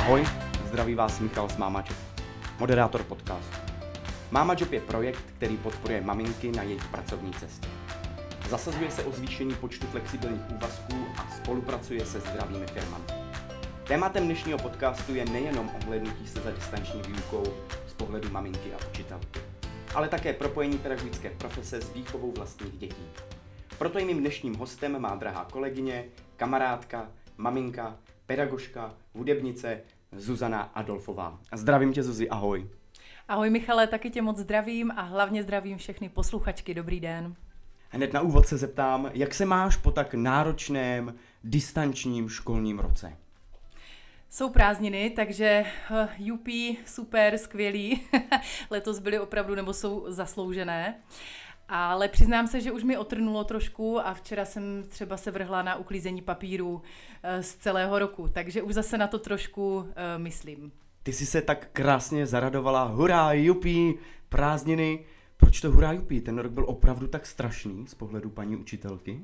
Ahoj, zdraví vás Michal z MámaJob, moderátor podcastu. MámaJob je projekt, který podporuje maminky na jejich pracovní cestě. Zasazuje se o zvýšení počtu flexibilních úvazků a spolupracuje se zdravými firmami. Tématem dnešního podcastu je nejenom ohlédnutí se za distanční výukou z pohledu maminky a učitelky, ale také propojení pedagogické profese s výchovou vlastních dětí. Proto je mým dnešním hostem má drahá kolegyně, kamarádka, maminka, pedagožka, hudebnice Zuzana Adolfová. Zdravím tě, Zuzi, ahoj. Ahoj Michale, taky tě moc zdravím a hlavně zdravím všechny posluchačky. Dobrý den. Hned na úvod se zeptám, jak se máš po tak náročném distančním školním roce? Jsou prázdniny, takže jupi, super, skvělý. Letos byly opravdu, nebo jsou zasloužené. Ale přiznám se, že už mi otrnulo trošku a včera jsem třeba se vrhla na uklízení papíru z celého roku, takže už zase na to trošku myslím. Ty jsi se tak krásně zaradovala, hurá, jupi, prázdniny. Proč to hurá, jupi? Ten rok byl opravdu tak strašný z pohledu paní učitelky?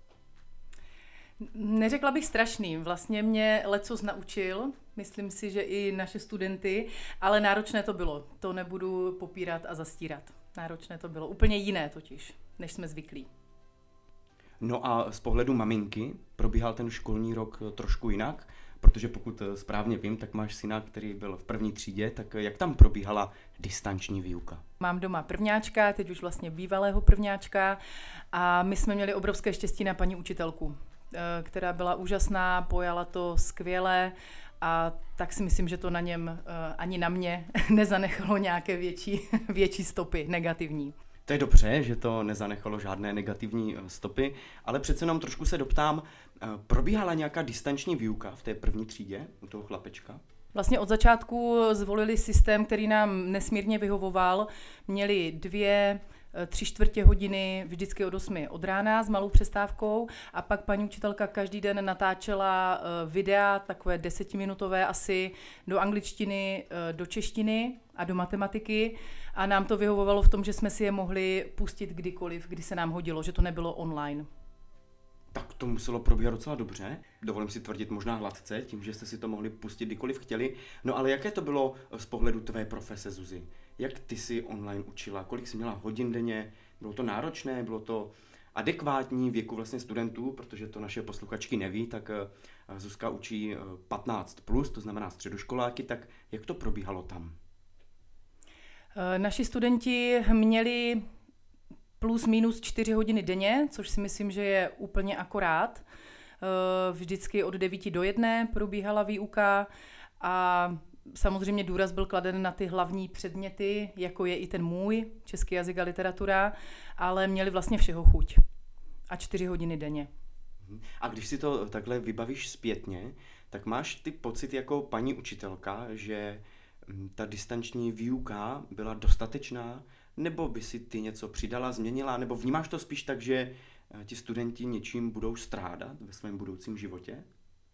Neřekla bych strašný, vlastně mě lecos naučil, myslím si, že i naše studenty, ale náročné to bylo, to nebudu popírat a zastírat. Náročné to bylo, úplně jiné totiž, než jsme zvyklí. No a z pohledu maminky probíhal ten školní rok trošku jinak, protože pokud správně vím, tak máš syna, který byl v první třídě, tak jak tam probíhala distanční výuka? Mám doma prvňáčka, teď už vlastně bývalého prvňáčka a my jsme měli obrovské štěstí na paní učitelku, která byla úžasná, pojala to skvěle a tak si myslím, že to na něm ani na mě nezanechalo nějaké větší stopy negativní. To je dobře, že to nezanechalo žádné negativní stopy, ale přece jenom trošku se doptám, probíhala nějaká distanční výuka v té první třídě u toho chlapečka? Vlastně od začátku zvolili systém, který nám nesmírně vyhovoval. Měli 2-3/4 hodiny vždycky od 8 od rána s malou přestávkou a pak paní učitelka každý den natáčela videa, takové 10minutové asi, do angličtiny, do češtiny a do matematiky a nám to vyhovovalo v tom, že jsme si je mohli pustit kdykoliv, kdy se nám hodilo, že to nebylo online. Tak to muselo probíhat docela dobře. Dovolím si tvrdit možná hladce, tím, že jste si to mohli pustit kdykoliv chtěli. No ale jaké to bylo z pohledu tvé profese, Zuzi? Jak ty si online učila? Kolik jsi měla hodin denně? Bylo to náročné? Bylo to adekvátní věku vlastně studentů? Protože to naše posluchačky neví, tak Zuzka učí 15+, to znamená středoškoláky, tak jak to probíhalo tam? Naši studenti měli plus minus 4 hodiny denně, což si myslím, že je úplně akorát. Vždycky od 9 do 1 probíhala výuka a samozřejmě důraz byl kladen na ty hlavní předměty, jako je i ten můj, český jazyk a literatura, ale měli vlastně všeho chuť. A 4 hodiny denně. A když si to takhle vybavíš zpětně, tak máš ty pocit jako paní učitelka, že ta distanční výuka byla dostatečná, nebo by si ty něco přidala, změnila, nebo vnímáš to spíš tak, že ti studenti něčím budou strádat ve svém budoucím životě?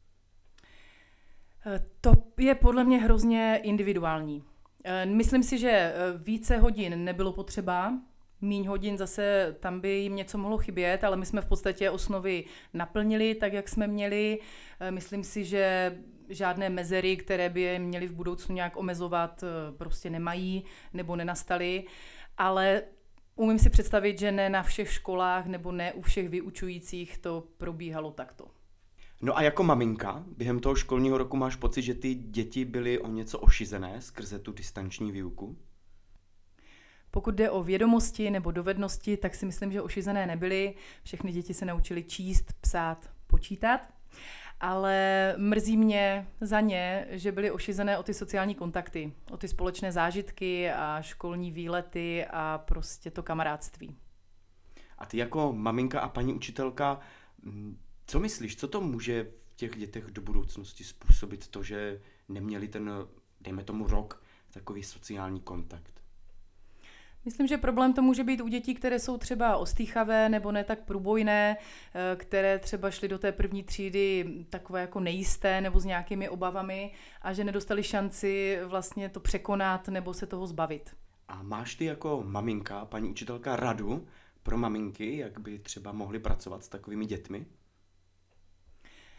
To je podle mě hrozně individuální. Myslím si, že více hodin nebylo potřeba, míň hodin zase tam by jim něco mohlo chybět, ale my jsme v podstatě osnovy naplnili tak, jak jsme měli. Myslím si, že žádné mezery, které by je měly v budoucnu nějak omezovat, prostě nemají nebo nenastaly. Ale umím si představit, že ne na všech školách nebo ne u všech vyučujících to probíhalo takto. No a jako maminka, během toho školního roku máš pocit, že ty děti byly o něco ošizené skrze tu distanční výuku? Pokud jde o vědomosti nebo dovednosti, tak si myslím, že ošizené nebyly. Všechny děti se naučily číst, psát, počítat. Ale mrzí mě za ně, že byly ošizené o ty sociální kontakty, o ty společné zážitky a školní výlety a prostě to kamarádství. A ty jako maminka a paní učitelka, co myslíš, co to může v těch dětech do budoucnosti způsobit to, že neměli ten, dejme tomu rok, takový sociální kontakt? Myslím, že problém to může být u dětí, které jsou třeba ostýchavé nebo ne tak průbojné, které třeba šly do té první třídy takové jako nejisté nebo s nějakými obavami a že nedostali šanci vlastně to překonat nebo se toho zbavit. A máš ty jako maminka, paní učitelka, radu pro maminky, jak by třeba mohly pracovat s takovými dětmi?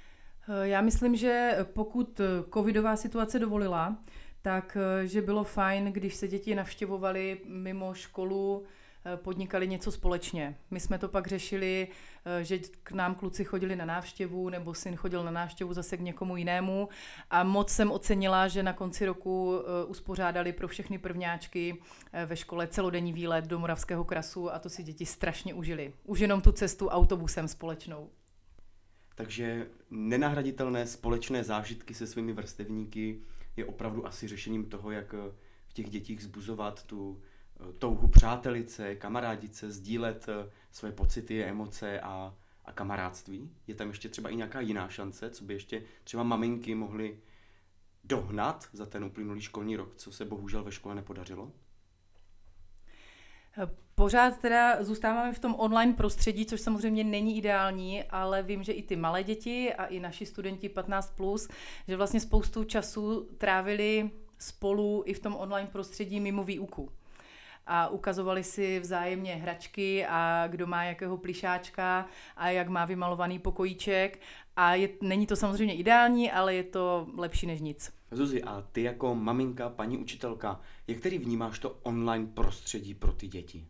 Já myslím, že pokud covidová situace dovolila, tak že bylo fajn, když se děti navštěvovaly mimo školu, podnikali něco společně. My jsme to pak řešili, že k nám kluci chodili na návštěvu, nebo syn chodil na návštěvu zase k někomu jinému a moc jsem ocenila, že na konci roku uspořádali pro všechny prvňáčky ve škole celodenní výlet do Moravského krasu a to si děti strašně užili. Už jenom tu cestu autobusem společnou. Takže nenahraditelné společné zážitky se svými vrstevníky je opravdu asi řešením toho, jak v těch dětích vzbuzovat tu touhu přátelit se, kamarádit se, sdílet své pocity, emoce a kamarádství. Je tam ještě třeba i nějaká jiná šance, co by ještě třeba maminky mohly dohnat za ten uplynulý školní rok, co se bohužel ve škole nepodařilo? Pořád teda zůstáváme v tom online prostředí, což samozřejmě není ideální, ale vím, že i ty malé děti a i naši studenti 15+, že vlastně spoustu času trávili spolu i v tom online prostředí mimo výuku. A ukazovali si vzájemně hračky a kdo má jakého plišáčka a jak má vymalovaný pokojíček. A není to samozřejmě ideální, ale je to lepší než nic. Zuzi, a ty jako maminka, paní učitelka, jak tedy vnímáš to online prostředí pro ty děti?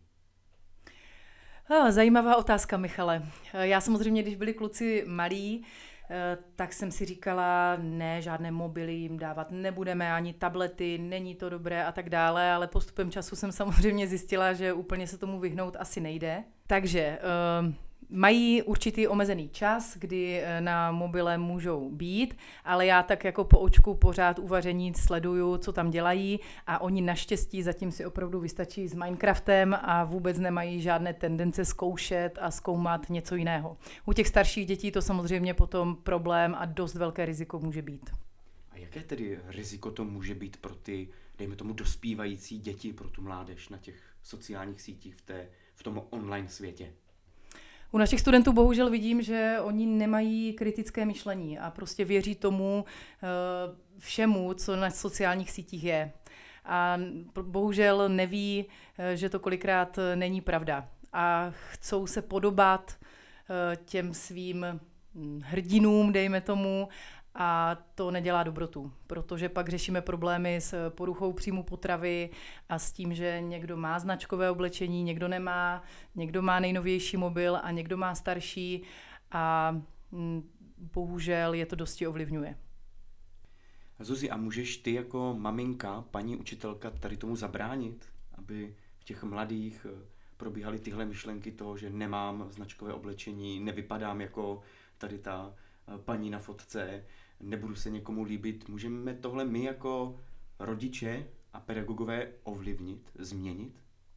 Zajímavá otázka, Michale. Já samozřejmě, když byli kluci malí, tak jsem si říkala, ne, žádné mobily jim dávat nebudeme, ani tablety, není to dobré a tak dále, ale postupem času jsem samozřejmě zjistila, že úplně se tomu vyhnout asi nejde. Takže mají určitý omezený čas, kdy na mobile můžou být, ale já tak jako po očku pořád uvaření sleduju, co tam dělají a oni naštěstí zatím si opravdu vystačí s Minecraftem a vůbec nemají žádné tendence zkoušet a zkoumat něco jiného. U těch starších dětí to samozřejmě potom problém a dost velké riziko může být. A jaké tedy riziko to může být pro ty, dejme tomu, dospívající děti, pro tu mládež na těch sociálních sítích v tom online světě? U našich studentů bohužel vidím, že oni nemají kritické myšlení a prostě věří tomu všemu, co na sociálních sítích je. A bohužel neví, že to kolikrát není pravda. A chcou se podobat těm svým hrdinům, dejme tomu, a to nedělá dobrotu, protože pak řešíme problémy s poruchou příjmu potravy a s tím, že někdo má značkové oblečení, někdo nemá, někdo má nejnovější mobil a někdo má starší a bohužel je to dosti ovlivňuje. Zuzi, a můžeš ty jako maminka, paní učitelka tady tomu zabránit, aby v těch mladých probíhaly tyhle myšlenky toho, že nemám značkové oblečení, nevypadám jako tady ta paní na fotce, nebudu se někomu líbit. Můžeme tohle my jako rodiče a pedagogové ovlivnit, změnit?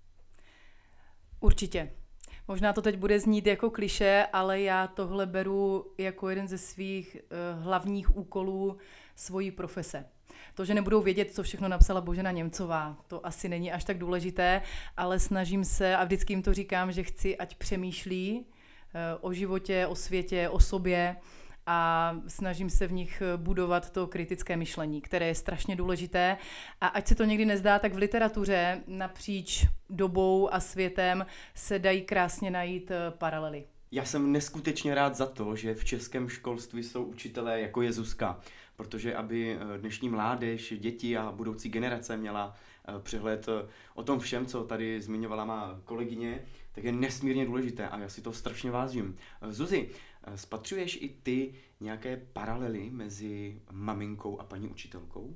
Určitě. Možná to teď bude znít jako klišé, ale já tohle beru jako jeden ze svých hlavních úkolů svojí profese. To, že nebudou vědět, co všechno napsala Božena Němcová, to asi není až tak důležité, ale snažím se a vždycky jim to říkám, že chci, ať přemýšlí o životě, o světě, o sobě a snažím se v nich budovat to kritické myšlení, které je strašně důležité. A ať se to někdy nezdá, tak v literatuře napříč dobou a světem se dají krásně najít paralely. Já jsem neskutečně rád za to, že v českém školství jsou učitelé jako je Zuzka, protože aby dnešní mládež, děti a budoucí generace měla přehled o tom všem, co tady zmiňovala má kolegyně, tak je nesmírně důležité a já si to strašně vážím. Zuzi, spatřuješ i ty nějaké paralely mezi maminkou a paní učitelkou?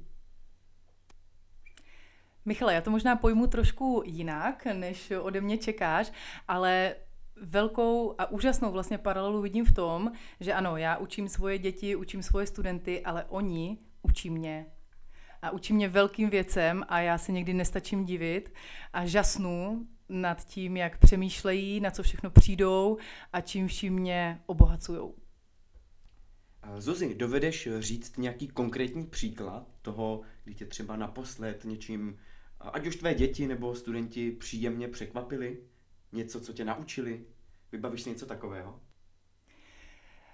Michale, já to možná pojmu trošku jinak, než ode mě čekáš, ale velkou a úžasnou vlastně paralelu vidím v tom, že ano, já učím svoje děti, učím svoje studenty, ale oni učí mě. A učí mě velkým věcem a já se někdy nestačím divit a žasnu nad tím, jak přemýšlejí, na co všechno přijdou a čím vším mě obohacujou. Zuzi, dovedeš říct nějaký konkrétní příklad toho, kdy tě třeba naposled něčím, ať už tvé děti nebo studenti příjemně překvapili? Něco, co tě naučili? Vybavíš si něco takového?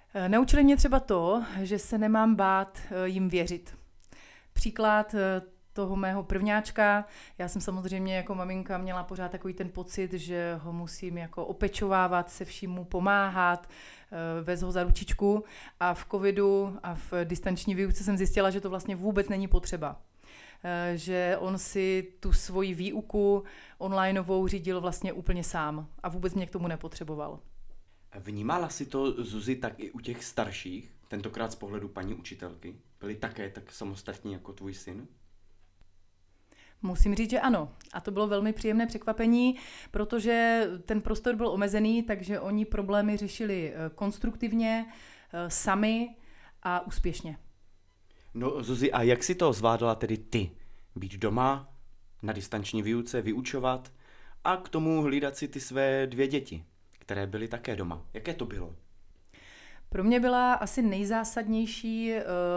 Naučili mě třeba to, že se nemám bát jim věřit. Příklad toho mého prvňáčka. Já jsem samozřejmě jako maminka měla pořád takový ten pocit, že ho musím jako opečovávat, se vším mu pomáhat, vést ho za ručičku a v covidu a v distanční výuce jsem zjistila, že to vlastně vůbec není potřeba. Že on si tu svoji výuku onlineovou řídil vlastně úplně sám a vůbec mě k tomu nepotřeboval. Vnímala si to, Zuzi, tak i u těch starších, tentokrát z pohledu paní učitelky? Byli také tak samostatní jako tvůj syn? Musím říct, že ano. A to bylo velmi příjemné překvapení, protože ten prostor byl omezený, takže oni problémy řešili konstruktivně, sami a úspěšně. No, Zuzi, a jak si to zvládala tedy ty? Být doma, na distanční výuce, vyučovat a k tomu hlídat si ty své 2 děti, které byly také doma. Jaké to bylo? Pro mě byla asi nejzásadnější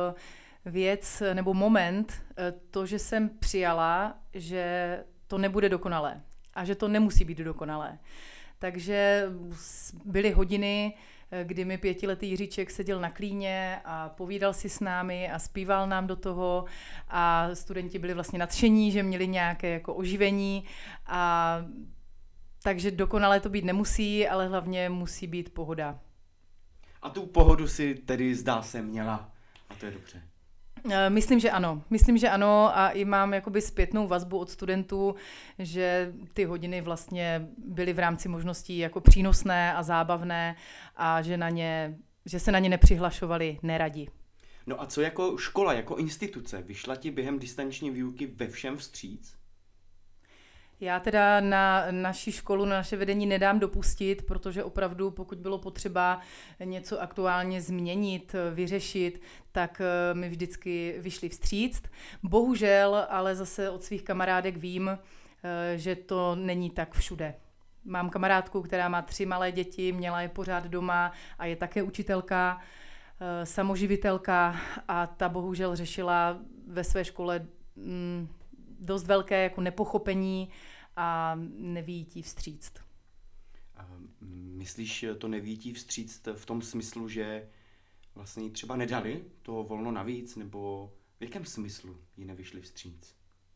věc nebo moment to, že jsem přijala, že to nebude dokonalé a že to nemusí být dokonalé. Takže byly hodiny, kdy mi 5letý Jiříček seděl na klíně a povídal si s námi a zpíval nám do toho a studenti byli vlastně nadšení, že měli nějaké jako oživení a takže dokonalé to být nemusí, ale hlavně musí být pohoda. A tu pohodu si tedy zdá se měla a to je dobře. Myslím, že ano a i mám jakoby zpětnou vazbu od studentů, že ty hodiny vlastně byly v rámci možností jako přínosné a zábavné a že se na ně nepřihlašovali neradi. No a co jako škola, jako instituce? Vyšla ti během distanční výuky ve všem vstříc? Já teda na naši školu, na naše vedení nedám dopustit, protože opravdu pokud bylo potřeba něco aktuálně změnit, vyřešit, tak mi vždycky vyšli vstříc. Bohužel, ale zase od svých kamarádek vím, že to není tak všude. Mám kamarádku, která má 3 malé děti, měla je pořád doma a je také učitelka, samoživitelka a ta bohužel řešila ve své škole dost velké jako nepochopení a nevyjítí vstříct. Myslíš to nevyjítí vstříct v tom smyslu, že vlastně třeba nedali to volno navíc, nebo v jakém smyslu jí nevyšli vstříc?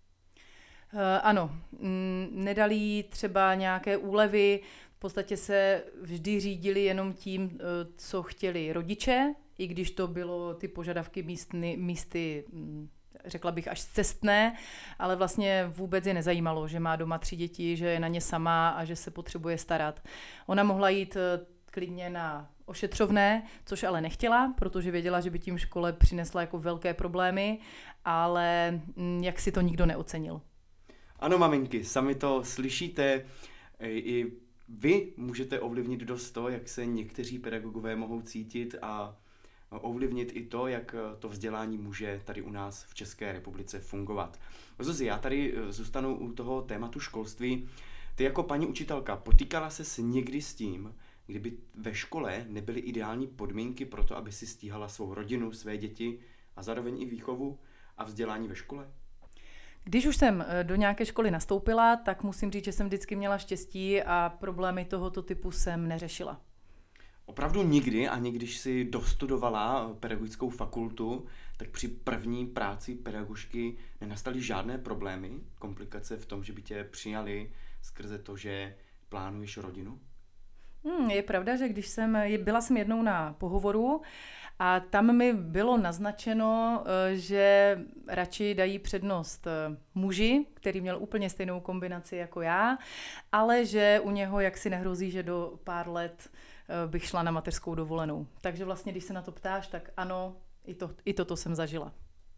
Ano, nedali jí třeba nějaké úlevy, v podstatě se vždy řídili jenom tím, co chtěli rodiče, i když to bylo ty požadavky místy řekla bych až scestné, ale vlastně vůbec je nezajímalo, že má doma 3 děti, že je na ně sama a že se potřebuje starat. Ona mohla jít klidně na ošetřovné, což ale nechtěla, protože věděla, že by tím škole přinesla jako velké problémy, ale jak si to nikdo neocenil. Ano, maminky, sami to slyšíte, i vy můžete ovlivnit dost to, jak se někteří pedagogové mohou cítit a ovlivnit i to, jak to vzdělání může tady u nás v České republice fungovat. Zuzi, já tady zůstanu u toho tématu školství. Ty jako paní učitelka potýkala ses někdy s tím, kdyby ve škole nebyly ideální podmínky pro to, aby si stíhala svou rodinu, své děti a zároveň i výchovu a vzdělání ve škole? Když už jsem do nějaké školy nastoupila, tak musím říct, že jsem vždycky měla štěstí a problémy tohoto typu jsem neřešila. Opravdu nikdy, ani když si dostudovala pedagogickou fakultu, tak při první práci pedagožky nenastaly žádné problémy, komplikace v tom, že by tě přijali skrze to, že plánuješ rodinu? Je pravda, že byla jsem jednou na pohovoru a tam mi bylo naznačeno, že radši dají přednost muži, který měl úplně stejnou kombinaci jako já, ale že u něho jaksi nehrozí, že do pár let bych šla na mateřskou dovolenou. Takže vlastně, když se na to ptáš, tak ano, i toto jsem zažila.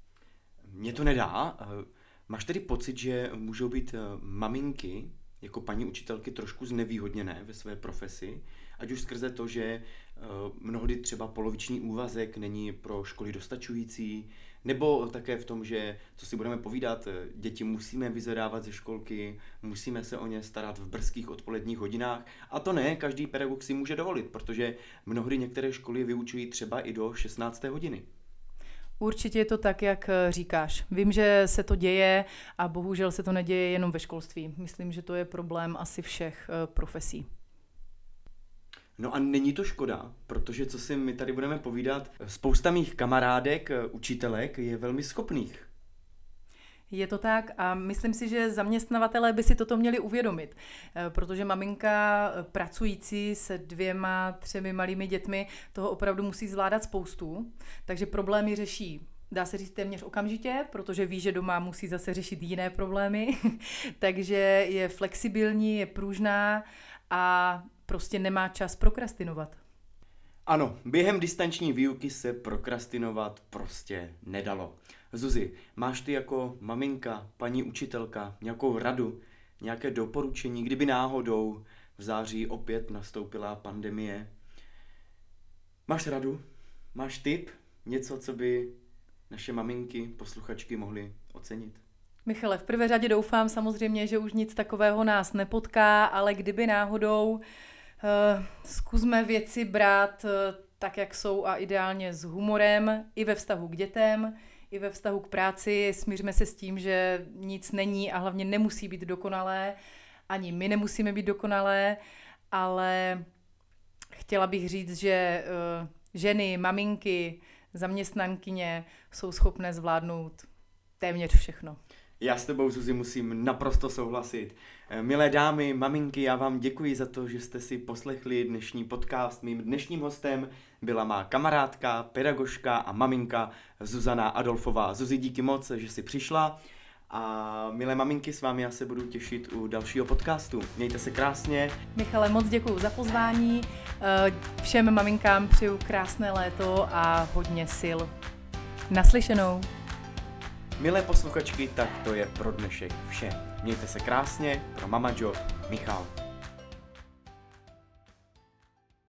Mně to nedá. Máš tedy pocit, že můžou být maminky jako paní učitelky trošku znevýhodněné ve své profesi, ať už skrze to, že mnohdy třeba poloviční úvazek není pro školy dostačující, nebo také v tom, že, co si budeme povídat, děti musíme vyzadávat ze školky, musíme se o ně starat v brzkých odpoledních hodinách a to ne, každý pedagog si může dovolit, protože mnohdy některé školy vyučují třeba i do 16. hodiny. Určitě je to tak, jak říkáš. Vím, že se to děje a bohužel se to neděje jenom ve školství. Myslím, že to je problém asi všech profesí. No a není to škoda, protože co si my tady budeme povídat, spousta mých kamarádek, učitelek je velmi schopných. Je to tak a myslím si, že zaměstnavatelé by si toto měli uvědomit, protože maminka pracující se 2, 3 malými dětmi toho opravdu musí zvládat spoustu, takže problémy řeší, dá se říct téměř okamžitě, protože ví, že doma musí zase řešit jiné problémy, takže je flexibilní, je pružná a prostě nemá čas prokrastinovat. Ano, během distanční výuky se prokrastinovat prostě nedalo. Zuzi, máš ty jako maminka, paní učitelka, nějakou radu, nějaké doporučení, kdyby náhodou v září opět nastoupila pandemie? Máš radu? Máš tip? Něco, co by naše maminky, posluchačky mohly ocenit? Michale, v prvé řadě doufám samozřejmě, že už nic takového nás nepotká, ale kdyby náhodou, zkusme věci brát tak, jak jsou a ideálně s humorem, i ve vztahu k dětem, i ve vztahu k práci. Smířme se s tím, že nic není a hlavně nemusí být dokonalé, ani my nemusíme být dokonalé, ale chtěla bych říct, že ženy, maminky, zaměstnankyně jsou schopné zvládnout téměř všechno. Já s tebou, Zuzi, musím naprosto souhlasit. Milé dámy, maminky, já vám děkuji za to, že jste si poslechli dnešní podcast. Mým dnešním hostem byla má kamarádka, pedagožka a maminka Zuzana Adolfová. Zuzi, díky moc, že jsi přišla. A milé maminky, s vámi já se budu těšit u dalšího podcastu. Mějte se krásně. Michale, moc děkuju za pozvání. Všem maminkám přeju krásné léto a hodně sil. Naslyšenou. Milé posluchačky, tak to je pro dnešek vše. Mějte se krásně, pro Mama Job, Michal.